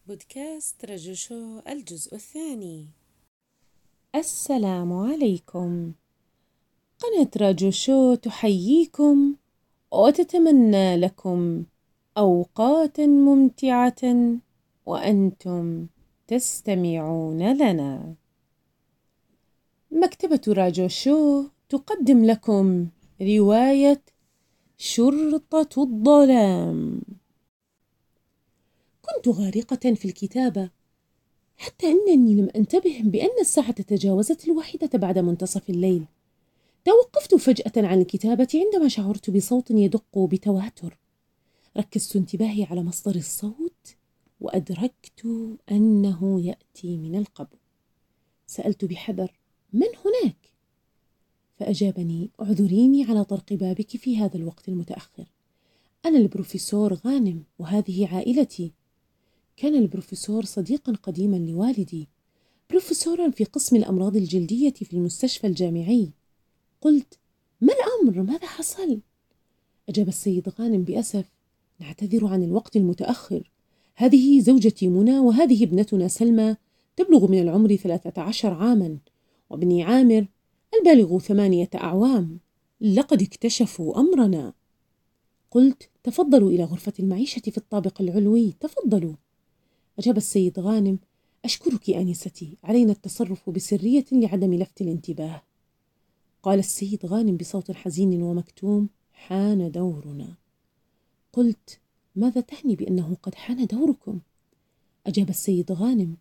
بودكاست رجو شو الجزء الثاني. السلام عليكم. قناة رجو شو تحييكم وتتمنى لكم أوقات ممتعة وأنتم تستمعون لنا. مكتبة رجو شو تقدم لكم رواية شرطة الظلام. كنت غارقة في الكتابة حتى أنني لم أنتبه بأن الساعة تجاوزت 1 بعد منتصف الليل. توقفت فجأة عن الكتابة عندما شعرت بصوت يدق بتواتر. ركزت انتباهي على مصدر الصوت وأدركت أنه يأتي من القبو. سألت بحذر: من هناك؟ فأجابني: اعذريني على طرق بابك في هذا الوقت المتأخر. أنا البروفيسور غانم وهذه عائلتي. كان البروفيسور صديقا قديما لوالدي، بروفيسورا في قسم الأمراض الجلدية في المستشفى الجامعي. قلت: ما الأمر؟ ماذا حصل؟ أجاب السيد غانم بأسف: نعتذر عن الوقت المتأخر، هذه زوجتي منى وهذه ابنتنا سلمى تبلغ من العمر 13 عاما، وابني عامر البالغ 8 أعوام. لقد اكتشفوا أمرنا. قلت: تفضلوا إلى غرفة المعيشة في الطابق العلوي، تفضلوا. أجاب السيد غانم: أشكرك آنستي، علينا التصرف بسرية لعدم لفت الانتباه. قال السيد غانم بصوت حزين ومكتوم: حان دورنا. قلت: ماذا تعني بأنه قد حان دوركم؟ أجاب السيد غانم: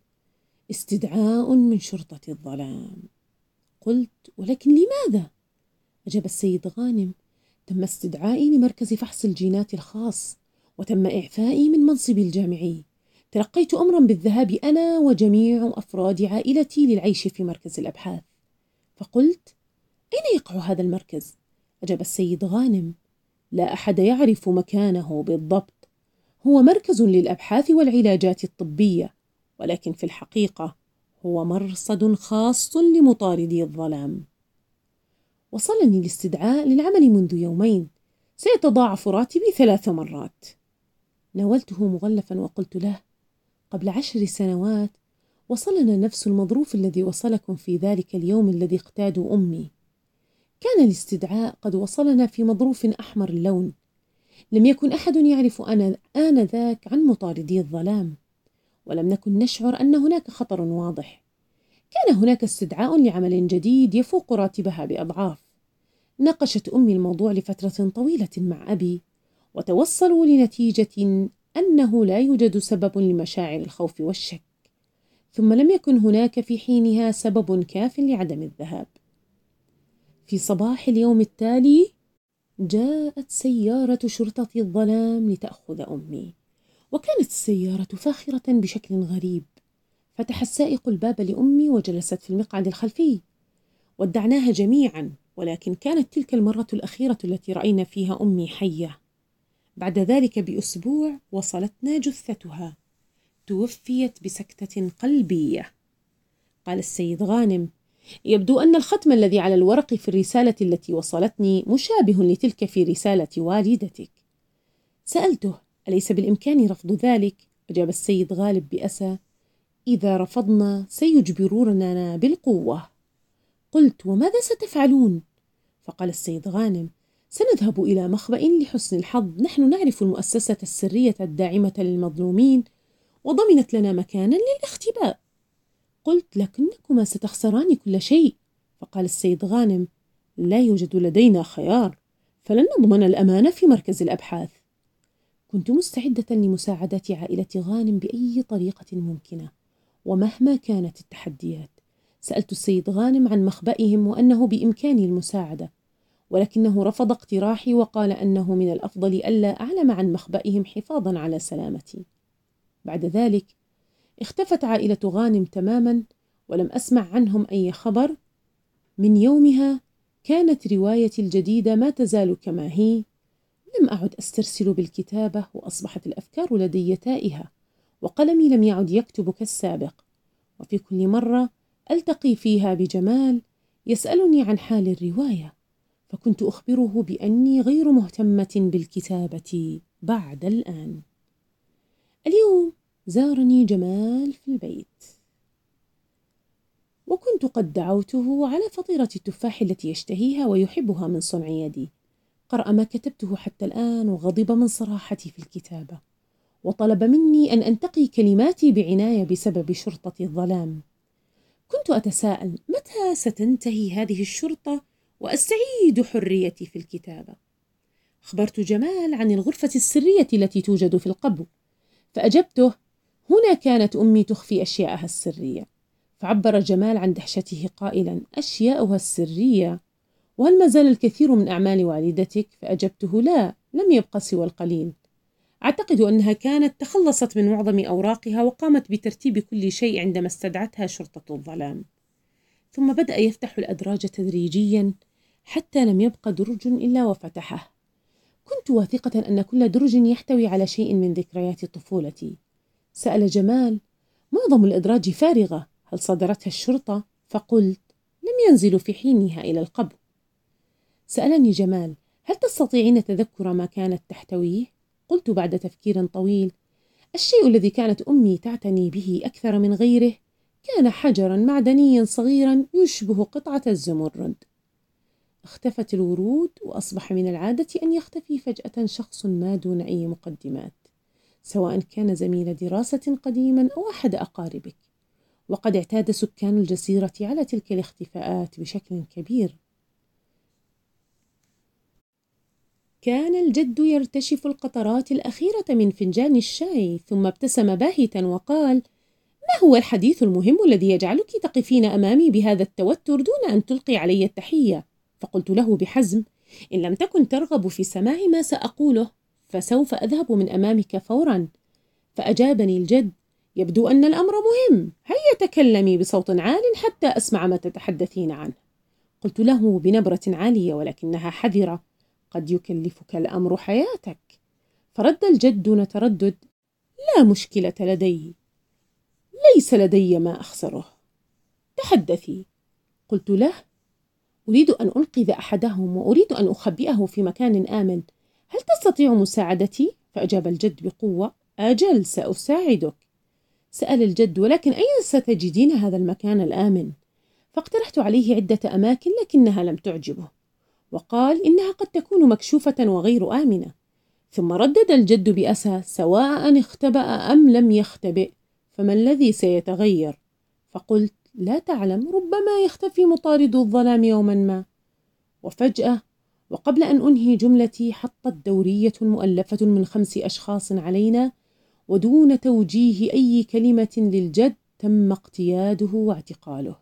استدعاء من شرطة الظلام. قلت: ولكن لماذا؟ أجاب السيد غانم: تم استدعائي لمركز فحص الجينات الخاص، وتم إعفائي من منصبي الجامعي. تلقيت أمرا بالذهاب أنا وجميع أفراد عائلتي للعيش في مركز الأبحاث. فقلت: أين يقع هذا المركز؟ أجاب السيد غانم: لا أحد يعرف مكانه بالضبط، هو مركز للأبحاث والعلاجات الطبية، ولكن في الحقيقة هو مرصد خاص لمطاردي الظلام. وصلني الاستدعاء للعمل منذ يومين، سيتضاعف راتبي 3 مرات. ناولته مغلفا وقلت له: قبل 10 سنوات وصلنا نفس المظروف الذي وصلكم في ذلك اليوم الذي اقتادوا أمي. كان الاستدعاء قد وصلنا في مظروف أحمر اللون. لم يكن أحد يعرف آنذاك عن مطاردي الظلام، ولم نكن نشعر أن هناك خطر واضح. كان هناك استدعاء لعمل جديد يفوق راتبها بأضعاف. ناقشت أمي الموضوع لفترة طويلة مع أبي، وتوصلوا لنتيجة أنه لا يوجد سبب لمشاعر الخوف والشك، ثم لم يكن هناك في حينها سبب كاف لعدم الذهاب. في صباح اليوم التالي جاءت سيارة شرطة الظلام لتأخذ أمي، وكانت السيارة فاخرة بشكل غريب. فتح السائق الباب لأمي وجلست في المقعد الخلفي. ودعناها جميعا، ولكن كانت تلك المرة الأخيرة التي رأينا فيها أمي حية. بعد ذلك بأسبوع وصلتنا جثتها، توفيت بسكتة قلبية. قال السيد غانم: يبدو أن الختم الذي على الورق في الرسالة التي وصلتني مشابه لتلك في رسالة والدتك. سألته: أليس بالإمكان رفض ذلك؟ أجاب السيد غالب بأسى: إذا رفضنا سيجبروننا بالقوة. قلت: وماذا ستفعلون؟ فقال السيد غانم: سنذهب إلى مخبأ لحسن الحظ، نحن نعرف المؤسسة السرية الداعمة للمظلومين وضمنت لنا مكانا للاختباء. قلت: لكنكما ستخسران كل شيء. فقال السيد غانم: لا يوجد لدينا خيار، فلن نضمن الأمان في مركز الأبحاث. كنت مستعدة لمساعدة عائلة غانم بأي طريقة ممكنة ومهما كانت التحديات. سألت السيد غانم عن مخبئهم وأنه بإمكاني المساعدة، ولكنه رفض اقتراحي وقال أنه من الأفضل ألا أعلم عن مخبئهم حفاظا على سلامتي. بعد ذلك اختفت عائلة غانم تماما، ولم أسمع عنهم أي خبر. من يومها كانت روايتي الجديدة ما تزال كما هي. لم أعد أسترسل بالكتابة، وأصبحت الأفكار لدي تائهة، وقلمي لم يعد يكتب كالسابق. وفي كل مرة ألتقي فيها بجمال يسألني عن حال الرواية، فكنت أخبره بأني غير مهتمة بالكتابة بعد الآن. اليوم زارني جمال في البيت، وكنت قد دعوته على فطيرة التفاح التي يشتهيها ويحبها من صنع يدي. قرأ ما كتبته حتى الآن وغضب من صراحتي في الكتابة، وطلب مني أن أنتقي كلماتي بعناية بسبب شرطة الظلام. كنت أتساءل متى ستنتهي هذه الشرطة وأستعيد حريتي في الكتابة. أخبرت جمال عن الغرفة السرية التي توجد في القبو، فأجبته: هنا كانت أمي تخفي أشياءها السرية. فعبر جمال عن دهشته قائلا: أشياؤها السرية؟ وهل ما زال الكثير من أعمال والدتك؟ فأجبته: لا، لم يبق سوى القليل. أعتقد أنها كانت تخلصت من معظم أوراقها وقامت بترتيب كل شيء عندما استدعتها شرطة الظلام. ثم بدأ يفتح الأدراج تدريجيا حتى لم يبق درج إلا وفتحه. كنت واثقة أن كل درج يحتوي على شيء من ذكريات طفولتي. سأل جمال: معظم الأدراج فارغة، هل صدرتها الشرطة؟ فقلت: لم ينزلوا في حينها إلى القبو. سألني جمال: هل تستطيعين تذكر ما كانت تحتويه؟ قلت بعد تفكير طويل: الشيء الذي كانت أمي تعتني به أكثر من غيره كان حجرا معدنيا صغيرا يشبه قطعة الزمرد. اختفت الورود، وأصبح من العادة أن يختفي فجأة شخص ما دون أي مقدمات، سواء كان زميل دراسة قديما أو أحد أقاربك. وقد اعتاد سكان الجزيرة على تلك الاختفاءات بشكل كبير. كان الجد يرتشف القطرات الأخيرة من فنجان الشاي، ثم ابتسم باهتا وقال: ما هو الحديث المهم الذي يجعلك تقفين أمامي بهذا التوتر دون أن تلقي علي التحية؟ فقلت له بحزم: إن لم تكن ترغب في سماع ما سأقوله فسوف أذهب من أمامك فورا. فأجابني الجد: يبدو أن الأمر مهم، هيا تكلمي بصوت عال حتى أسمع ما تتحدثين عنه. قلت له بنبرة عالية ولكنها حذرة: قد يكلفك الأمر حياتك. فرد الجد دون تردد: لا مشكلة لدي، ليس لدي ما أخسره، تحدثي. قلت له: أريد أن أنقذ أحدهم وأريد أن أخبئه في مكان آمن، هل تستطيع مساعدتي؟ فأجاب الجد بقوة: أجل، سأساعدك. سأل الجد: ولكن أين ستجدين هذا المكان الآمن؟ فاقترحت عليه عدة أماكن لكنها لم تعجبه، وقال إنها قد تكون مكشوفة وغير آمنة. ثم ردد الجد بأسى: سواء اختبأ أم لم يختبئ، فما الذي سيتغير؟ فقلت: لا تعلم، ربما يختفي مطارد الظلام يوما ما. وفجأة، وقبل أن أنهي جملتي، حطت دورية مؤلفة من 5 أشخاص علينا، ودون توجيه أي كلمة للجد تم اقتياده واعتقاله.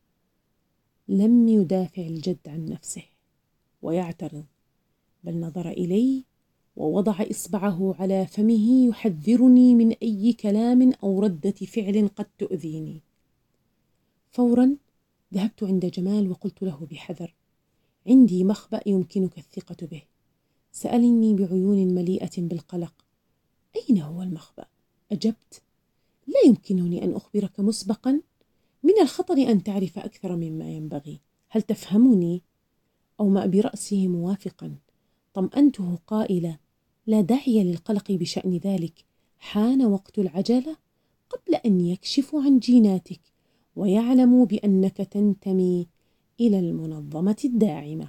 لم يدافع الجد عن نفسه ويعترض، بل نظر إلي ووضع إصبعه على فمه يحذرني من أي كلام أو ردة فعل قد تؤذيني. فورا ذهبت عند جمال وقلت له بحذر: عندي مخبأ يمكنك الثقة به. سألني بعيون مليئة بالقلق: أين هو المخبأ؟ أجبت: لا يمكنني أن أخبرك مسبقا، من الخطر أن تعرف أكثر مما ينبغي، هل تفهمني؟ أومأ برأسه موافقا. طمأنته قائلة: لا داعي للقلق بشأن ذلك، حان وقت العجلة قبل أن يكشفوا عن جيناتك ويعلموا بأنك تنتمي إلى المنظمة الداعمة.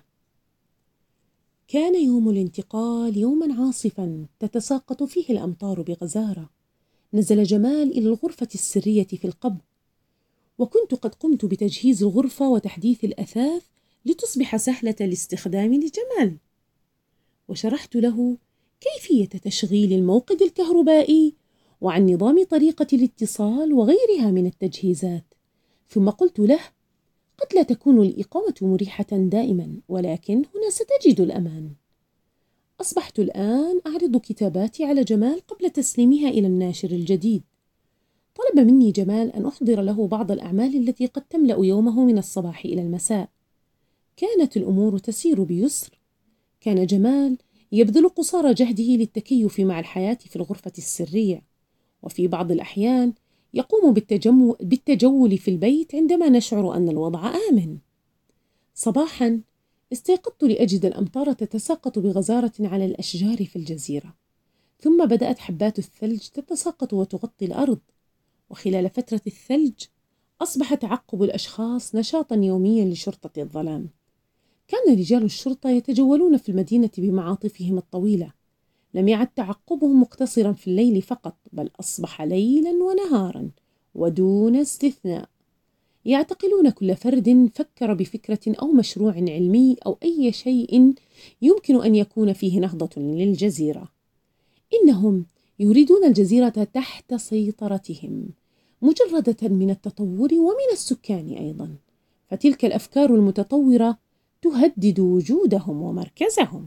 كان يوم الانتقال يوما عاصفا تتساقط فيه الأمطار بغزارة. نزل جمال إلى الغرفة السرية في القبو، وكنت قد قمت بتجهيز الغرفة وتحديث الأثاث لتصبح سهلة الاستخدام لجمال. وشرحت له كيفية تشغيل الموقد الكهربائي وعن نظام طريقة الاتصال وغيرها من التجهيزات. ثم قلت له: قد لا تكون الإقامة مريحة دائما، ولكن هنا ستجد الأمان. أصبحت الآن أعرض كتاباتي على جمال قبل تسليمها إلى الناشر الجديد. طلب مني جمال أن أحضر له بعض الأعمال التي قد تملأ يومه من الصباح إلى المساء. كانت الأمور تسير بيسر. كان جمال يبذل قصارى جهده للتكيف مع الحياة في الغرفة السرية، وفي بعض الأحيان يقوم بالتجول في البيت عندما نشعر أن الوضع آمن. صباحا استيقظت لأجد الأمطار تتساقط بغزارة على الأشجار في الجزيرة، ثم بدأت حبات الثلج تتساقط وتغطي الأرض. وخلال فترة الثلج أصبح تعقب الأشخاص نشاطا يوميا لشرطة الظلام. كان رجال الشرطة يتجولون في المدينة بمعاطفهم الطويلة. لم يعد تعقبهم مقتصرا في الليل فقط، بل أصبح ليلا ونهارا ودون استثناء. يعتقلون كل فرد فكر بفكرة أو مشروع علمي أو أي شيء يمكن أن يكون فيه نهضة للجزيرة. إنهم يريدون الجزيرة تحت سيطرتهم، مجردة من التطور ومن السكان أيضا. فتلك الأفكار المتطورة تهدد وجودهم ومركزهم.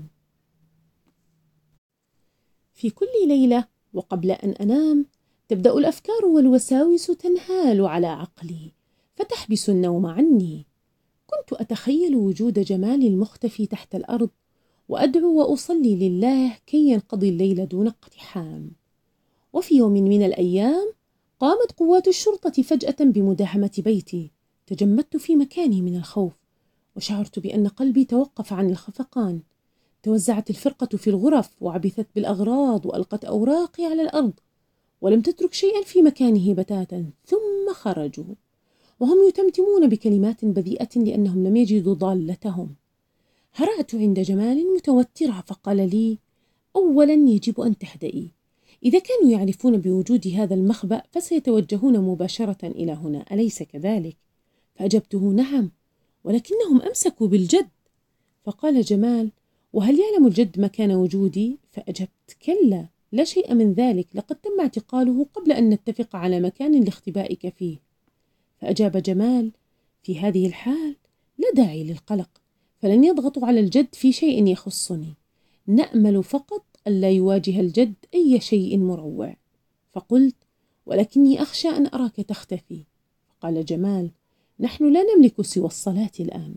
في كل ليلة وقبل أن أنام تبدأ الأفكار والوساوس تنهال على عقلي فتحبس النوم عني. كنت أتخيل وجود جمالي المختفي تحت الأرض وأدعو وأصلي لله كي ينقضي الليل دون اقتحام. وفي يوم من الأيام قامت قوات الشرطة فجأة بمداهمة بيتي. تجمدت في مكاني من الخوف وشعرت بأن قلبي توقف عن الخفقان. توزعت الفرقة في الغرف وعبثت بالأغراض وألقت أوراقي على الأرض ولم تترك شيئا في مكانه بتاتا، ثم خرجوا وهم يتمتمون بكلمات بذيئة لأنهم لم يجدوا ضالتهم. هرعت عند جمال متوترة فقال لي: أولا يجب أن تهدئي. إذا كانوا يعرفون بوجود هذا المخبأ فسيتوجهون مباشرة إلى هنا، أليس كذلك؟ فأجبته: نعم، ولكنهم أمسكوا بالجد. فقال جمال: وهل يعلم الجد مكان وجودي؟ فأجبت: كلا، لا شيء من ذلك، لقد تم اعتقاله قبل أن نتفق على مكان لاختبائك فيه. فأجاب جمال: في هذه الحال لا داعي للقلق، فلن يضغطوا على الجد في شيء يخصني. نأمل فقط ألا يواجه الجد أي شيء مروع. فقلت: ولكني أخشى أن أراك تختفي. فقال جمال: نحن لا نملك سوى الصلاة الآن.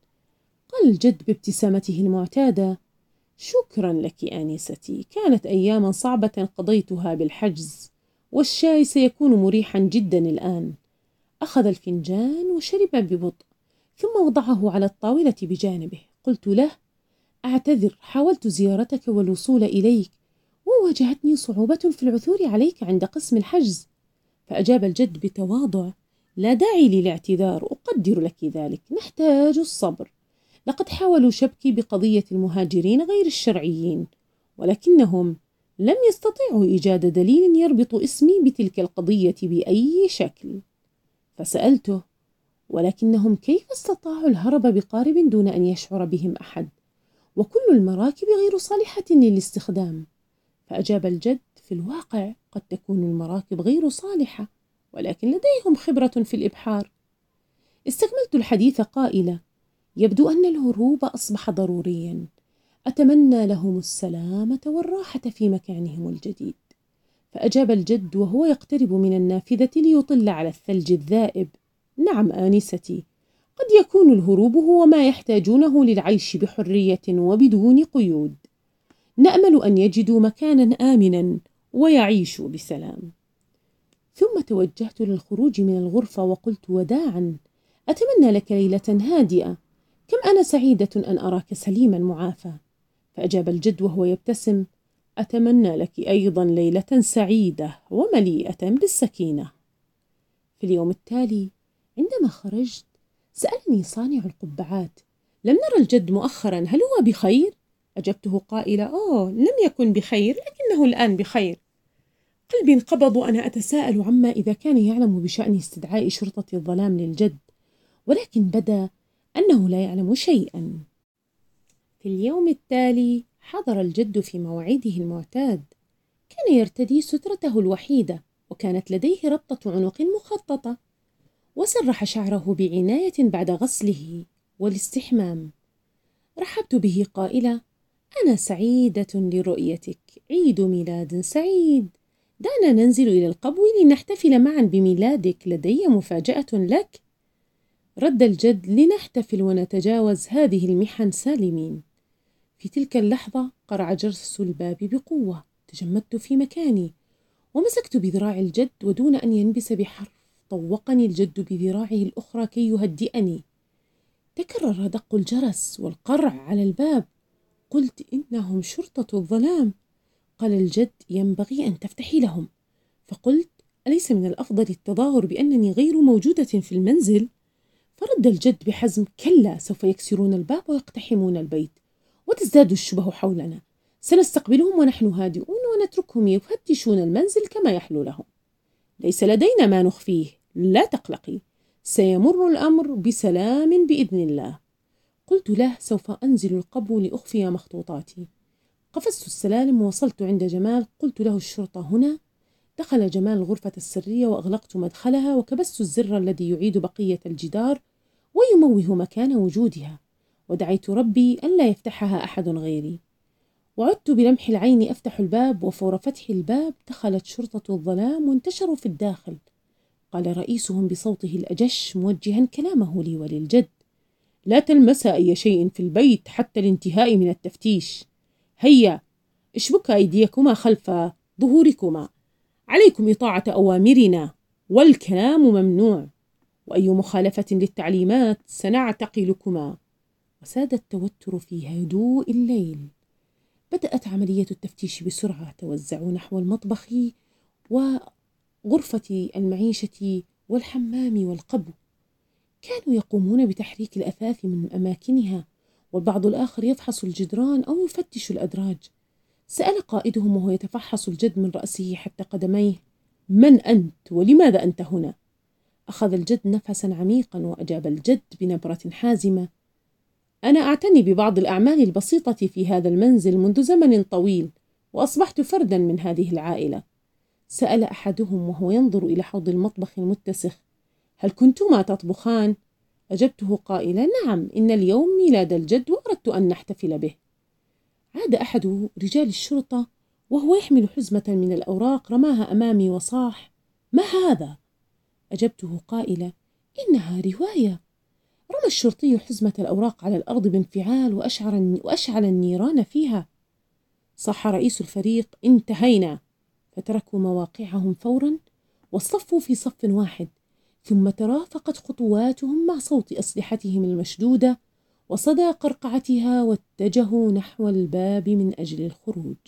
قال الجد بابتسامته المعتادة: شكرا لك آنستي، كانت أياما صعبة قضيتها بالحجز، والشاي سيكون مريحا جدا الآن. أخذ الفنجان وشرب ببطء ثم وضعه على الطاولة بجانبه. قلت له: أعتذر، حاولت زيارتك والوصول إليك وواجهتني صعوبة في العثور عليك عند قسم الحجز. فأجاب الجد بتواضع: لا داعي للاعتذار، أقدر لك ذلك، نحتاج الصبر. لقد حاولوا شبكي بقضية المهاجرين غير الشرعيين، ولكنهم لم يستطيعوا إيجاد دليل يربط اسمي بتلك القضية بأي شكل. فسألته: ولكنهم كيف استطاعوا الهرب بقارب دون أن يشعر بهم أحد؟ وكل المراكب غير صالحة للاستخدام. فأجاب الجد: في الواقع قد تكون المراكب غير صالحة، ولكن لديهم خبرة في الإبحار. استكملت الحديث قائلة: يبدو أن الهروب أصبح ضروريا. أتمنى لهم السلامة والراحة في مكانهم الجديد. فأجاب الجد وهو يقترب من النافذة ليطل على الثلج الذائب: نعم آنستي، قد يكون الهروب هو ما يحتاجونه للعيش بحرية وبدون قيود. نأمل أن يجدوا مكانا آمنا ويعيشوا بسلام. ثم توجهت للخروج من الغرفة وقلت وداعا: أتمنى لك ليلة هادئة، كم أنا سعيدة أن أراك سليما معافى. فأجاب الجد وهو يبتسم: أتمنى لك أيضا ليلة سعيدة ومليئة بالسكينة. في اليوم التالي عندما خرجت سألني صانع القبعات: لم نرى الجد مؤخرا، هل هو بخير؟ أجبته قائلة: لم يكن بخير، لكنه الآن بخير. قلبي انقبض وأنا أتساءل عما إذا كان يعلم بشأن استدعاء شرطة الظلام للجد، ولكن بدا أنه لا يعلم شيئا. في اليوم التالي حضر الجد في موعده المعتاد. كان يرتدي سترته الوحيدة، وكانت لديه ربطة عنق مخططة، وسرح شعره بعناية بعد غسله والاستحمام. رحبت به قائلة: أنا سعيدة لرؤيتك، عيد ميلاد سعيد، دعنا ننزل إلى القبو لنحتفل معا بميلادك، لدي مفاجأة لك. رد الجد: لنحتفل ونتجاوز هذه المحن سالمين. في تلك اللحظة قرع جرس الباب بقوة. تجمدت في مكاني ومسكت بذراع الجد، ودون أن ينبس بحرف طوقني الجد بذراعه الأخرى كي يهدئني. تكرر دق الجرس والقرع على الباب. قلت: إنهم شرطة الظلام. قال الجد: ينبغي أن تفتحي لهم. فقلت: أليس من الأفضل التظاهر بأنني غير موجودة في المنزل؟ فرد الجد بحزم: كلا، سوف يكسرون الباب ويقتحمون البيت وتزداد الشبه حولنا. سنستقبلهم ونحن هادئون ونتركهم يفتشون المنزل كما يحلو لهم. ليس لدينا ما نخفيه، لا تقلقي، سيمر الأمر بسلام بإذن الله. قلت له: سوف أنزل القبو لأخفي مخطوطاتي. قفزت السلالم ووصلت عند جمال. قلت له: الشرطة هنا. دخل جمال الغرفة السرية وأغلقت مدخلها وكبست الزر الذي يعيد بقية الجدار ويموه مكان وجودها، ودعيت ربي ألا يفتحها أحد غيري. وعدت بلمح العين أفتح الباب، وفور فتح الباب دخلت شرطة الظلام وانتشروا في الداخل. قال رئيسهم بصوته الأجش موجها كلامه لي وللجد: لا تلمس أي شيء في البيت حتى الانتهاء من التفتيش. هيا اشبكا أيديكما خلف ظهوركما، عليكم إطاعة أوامرنا، والكلام ممنوع، وأي مخالفة للتعليمات سنعتقلكما. وساد التوتر في هدوء الليل. بدأت عملية التفتيش بسرعة. توزعوا نحو المطبخ وغرفة المعيشة والحمام والقبو. كانوا يقومون بتحريك الأثاث من أماكنها، والبعض الآخر يفحص الجدران أو يفتش الأدراج. سأل قائدهم وهو يتفحص الجد من رأسه حتى قدميه: من أنت ولماذا أنت هنا؟ أخذ الجد نفسا عميقا وأجاب الجد بنبرة حازمة: أنا أعتني ببعض الأعمال البسيطة في هذا المنزل منذ زمن طويل، وأصبحت فردا من هذه العائلة. سأل أحدهم وهو ينظر إلى حوض المطبخ المتسخ: هل كنتما تطبخان؟ أجبته قائلا: نعم، إن اليوم ميلاد الجد وأردت أن نحتفل به. عاد أحد رجال الشرطة وهو يحمل حزمة من الأوراق، رماها أمامي وصاح: ما هذا؟ أجبته قائلة: إنها رواية. رمى الشرطي حزمة الأوراق على الأرض بانفعال وأشعل النيران فيها. صاح رئيس الفريق: انتهينا. فتركوا مواقعهم فورا واصطفوا في صف واحد، ثم ترافقت خطواتهم مع صوت أسلحتهم المشدودة وصدى قرقعتها، واتجهوا نحو الباب من أجل الخروج.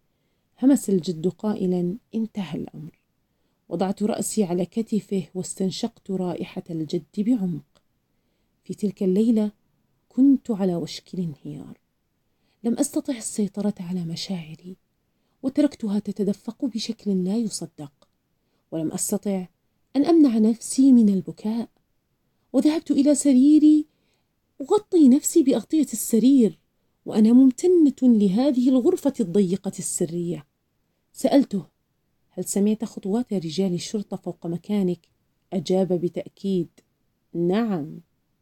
همس الجد قائلا: انتهى الأمر. وضعت رأسي على كتفه واستنشقت رائحة الجد بعمق. في تلك الليلة كنت على وشك الانهيار. لم أستطع السيطرة على مشاعري، وتركتها تتدفق بشكل لا يصدق، ولم أستطع أن أمنع نفسي من البكاء. وذهبت إلى سريري أغطي نفسي بأغطية السرير وأنا ممتنة لهذه الغرفة الضيقة السرية. سألته: هل سمعت خطوات رجال الشرطة فوق مكانك؟ أجاب بتأكيد: نعم.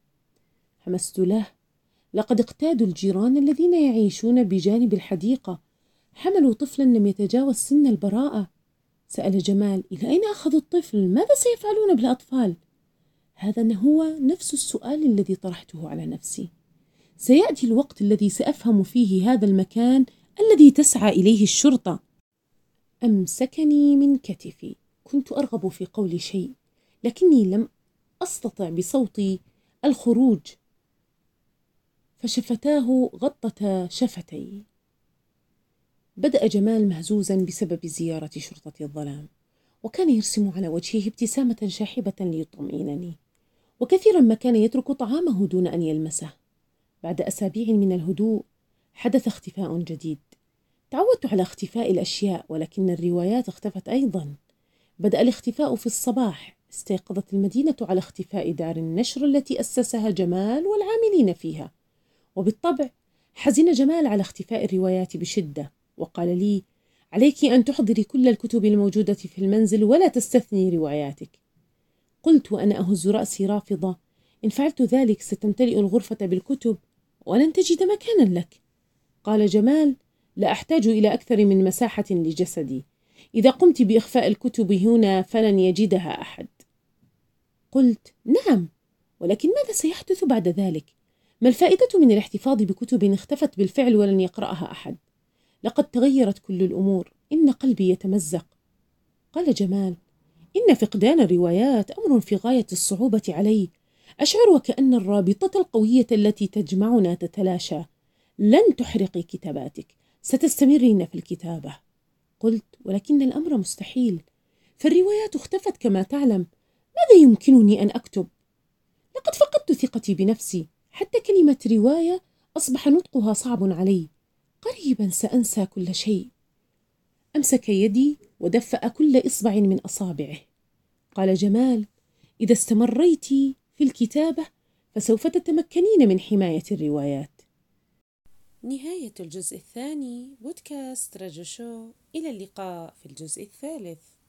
همست له: لقد اقتادوا الجيران الذين يعيشون بجانب الحديقة، حملوا طفلا لم يتجاوز سن البراءة. سأل جمال: إلى أين أخذوا الطفل؟ ماذا سيفعلون بالأطفال؟ هذا هو نفس السؤال الذي طرحته على نفسي. سيأتي الوقت الذي سأفهم فيه هذا المكان الذي تسعى إليه الشرطة. أمسكني من كتفي. كنت أرغب في قول شيء، لكني لم أستطع بصوتي الخروج، فشفتاه غطتا شفتي. بدأ جمال مهزوزا بسبب زيارة شرطة الظلام، وكان يرسم على وجهه ابتسامة شاحبة ليطمئنني، وكثيرا ما كان يترك طعامه دون أن يلمسه. بعد أسابيع من الهدوء حدث اختفاء جديد. تعودت على اختفاء الأشياء، ولكن الروايات اختفت أيضا. بدأ الاختفاء في الصباح. استيقظت المدينة على اختفاء دار النشر التي أسسها جمال والعاملين فيها، وبالطبع حزن جمال على اختفاء الروايات بشدة، وقال لي: عليك أن تحضري كل الكتب الموجودة في المنزل ولا تستثني رواياتك. قلت وأنا أهز رأسي رافضة: إن فعلت ذلك ستمتلئ الغرفة بالكتب ولن تجد مكانا لك. قال جمال: لا أحتاج إلى أكثر من مساحة لجسدي، إذا قمت بإخفاء الكتب هنا فلن يجدها أحد. قلت: نعم، ولكن ماذا سيحدث بعد ذلك؟ ما الفائدة من الاحتفاظ بكتب اختفت بالفعل ولن يقرأها أحد؟ لقد تغيرت كل الأمور، إن قلبي يتمزق. قال جمال: إن فقدان الروايات أمر في غاية الصعوبة علي. أشعر وكأن الرابطة القوية التي تجمعنا تتلاشى. لن تحرقي كتاباتك، ستستمرين في الكتابة. قلت: ولكن الأمر مستحيل، فالروايات اختفت كما تعلم. ماذا يمكنني أن أكتب؟ لقد فقدت ثقتي بنفسي، حتى كلمة رواية أصبح نطقها صعب علي. قريبا سأنسى كل شيء. أمسك يدي ودفأ كل إصبع من أصابعه. قال جمال: إذا استمريت في الكتابة فسوف تتمكنين من حماية الروايات. نهاية الجزء الثاني، بودكاست رجو شو. إلى اللقاء في الجزء الثالث.